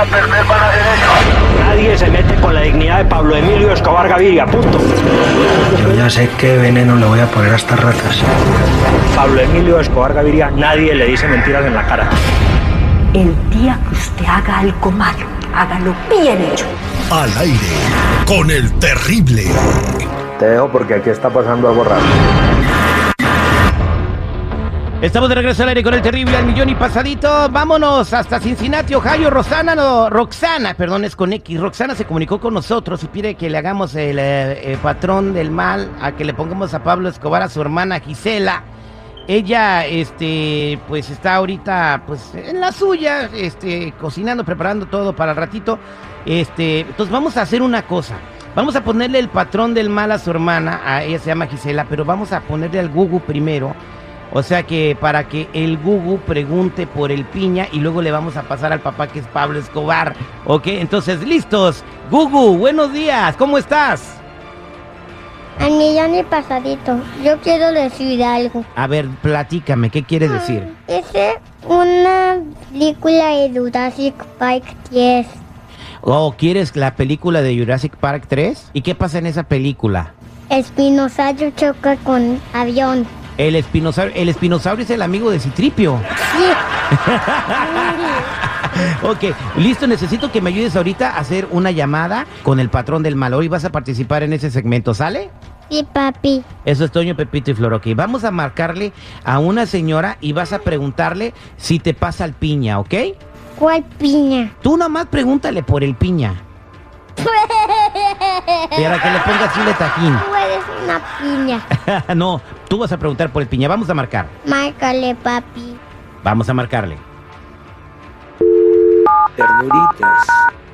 a perder, van a hacer ellos. Nadie se mete con la dignidad de Pablo Emilio Escobar Gaviria, punto. Yo ya sé qué veneno le voy a poner a estas ratas. Pablo Emilio Escobar Gaviria, nadie le dice mentiras en la cara. El día que usted haga algo malo, hágalo bien hecho. Al aire, con el terrible. Te dejo porque aquí está pasando algo raro. Estamos de regreso al aire con el terrible al millón y pasadito. Vámonos hasta Cincinnati, Ohio. Roxana, perdón, es con X. Roxana se comunicó con nosotros y pide que le hagamos el patrón del mal, a que le pongamos a Pablo Escobar a su hermana Gisela. Ella, pues está ahorita, pues, en la suya, cocinando, preparando todo para el ratito. Entonces vamos a hacer una cosa. Vamos a ponerle el patrón del mal a su hermana. Ella se llama Gisela, pero vamos a ponerle al Gugu primero. O sea que para que el Gugu pregunte por el piña y luego le vamos a pasar al papá que es Pablo Escobar. ¿Ok? Entonces, listos. Gugu, buenos días. ¿Cómo estás? Al millón y pasadito, yo quiero decir algo. A ver, platícame, ¿qué quieres decir? Hice una película de Jurassic Park 10. Oh, ¿quieres la película de Jurassic Park 3? ¿Y qué pasa en esa película? Espinosaurio choca con avión. El espinosaurio es el amigo de Citripio. Sí. Ok, listo, necesito que me ayudes ahorita a hacer una llamada con el patrón del mal. Hoy vas a participar en ese segmento, ¿sale? Sí, papi. Eso es Toño, Pepito y Flor. Ok, vamos a marcarle a una señora y vas a preguntarle si te pasa el piña, ¿ok? ¿Cuál piña? Tú nomás pregúntale por el piña. Para que le pongas chile tajín. Tú eres una piña. No, tú vas a preguntar por el piña. Vamos a marcar. Márcale, papi. Vamos a marcarle. Ternuritas.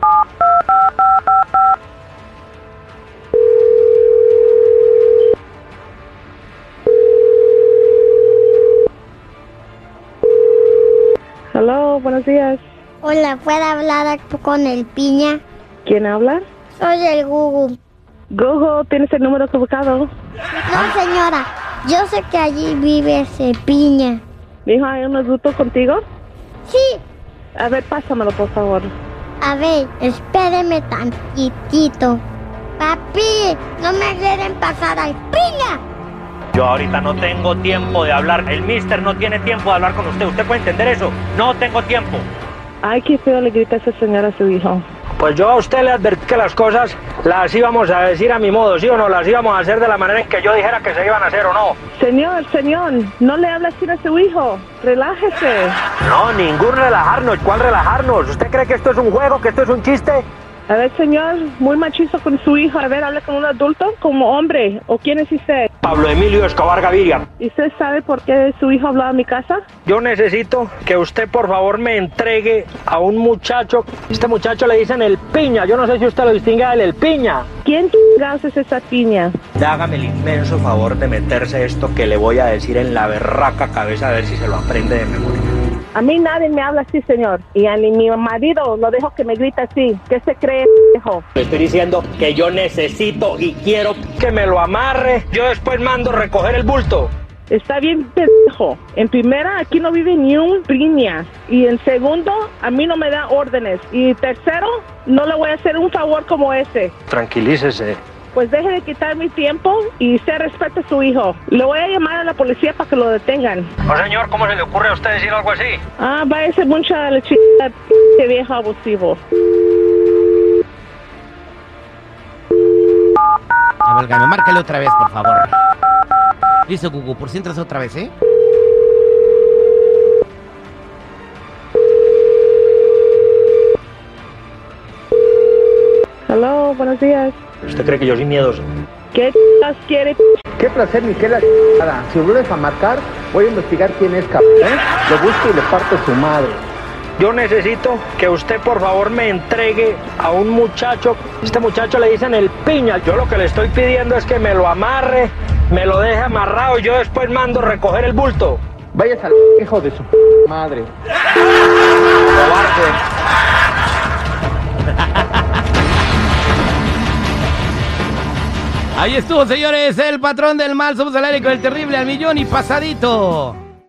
Hola, buenos días. Hola, ¿puedo hablar con el piña? ¿Quién habla? Soy el Gugu. Google, ¿tienes el número equivocado? No, señora. Yo sé que allí vive ese piña. Mijo, ¿hay un adulto contigo? Sí. A ver, pásamelo, por favor. A ver, espéreme tantitito. Papi, no me quieren pasar al piña. Yo ahorita no tengo tiempo de hablar. El mister no tiene tiempo de hablar con usted. ¿Usted puede entender eso? No tengo tiempo. Ay, qué feo le grita a esa señora a su hijo. Pues yo a usted le advertí que las cosas las íbamos a decir a mi modo, ¿sí o no? Las íbamos a hacer de la manera en que yo dijera que se iban a hacer, ¿o no? Señor, no le hable así a su hijo. Relájese. No, ningún relajarnos. ¿Cuál relajarnos? ¿Usted cree que esto es un juego, que esto es un chiste? A ver, señor, muy machista con su hijo. A ver, hable con un adulto como hombre. ¿O quién es usted? Pablo Emilio Escobar Gaviria. ¿Y usted sabe por qué su hijo habló a mi casa? Yo necesito que usted, por favor, me entregue a un muchacho. Este muchacho le dicen el piña. Yo no sé si usted lo distingue a él, el piña. ¿Quién es esa piña? Hágame el inmenso favor de meterse esto que le voy a decir en la berraca cabeza, a ver si se lo aprende de memoria. A mí nadie me habla así, señor. Y a ni mi marido lo dejo que me grite así. ¿Qué se cree, hijo? Le estoy diciendo que yo necesito y quiero que me lo amarre. Yo después mando recoger el bulto. Está bien, pendejo. En primera, aquí no vive ni un piña. Y en segundo, a mí no me da órdenes. Y tercero, no le voy a hacer un favor como ese. Tranquilícese. Pues deje de quitar mi tiempo y se respete a su hijo. Le voy a llamar a la policía para que lo detengan. Oh, señor, ¿cómo se le ocurre a usted decir algo así? Ah, váyase mucha lechita, viejo abusivo. A ver, Gano, márcale otra vez, por favor. Listo, Gugu, por si entras otra vez, ¿eh? Hola, buenos días. ¿Usted cree que yo soy miedoso? ¿Qué quiere? Qué placer ni qué la nada. Si vuelves a marcar, voy a investigar quién es, cabrón. Lo busco y le parto su madre. Yo necesito que usted, por favor, me entregue a un muchacho. Este muchacho le dicen el piña. Yo lo que le estoy pidiendo es que me lo amarre, me lo deje amarrado y yo después mando recoger el bulto. Vayas al hijo de su madre. Cobarde. Ahí estuvo, señores, el patrón del mal. Somos al aire con el terrible al millón y pasadito.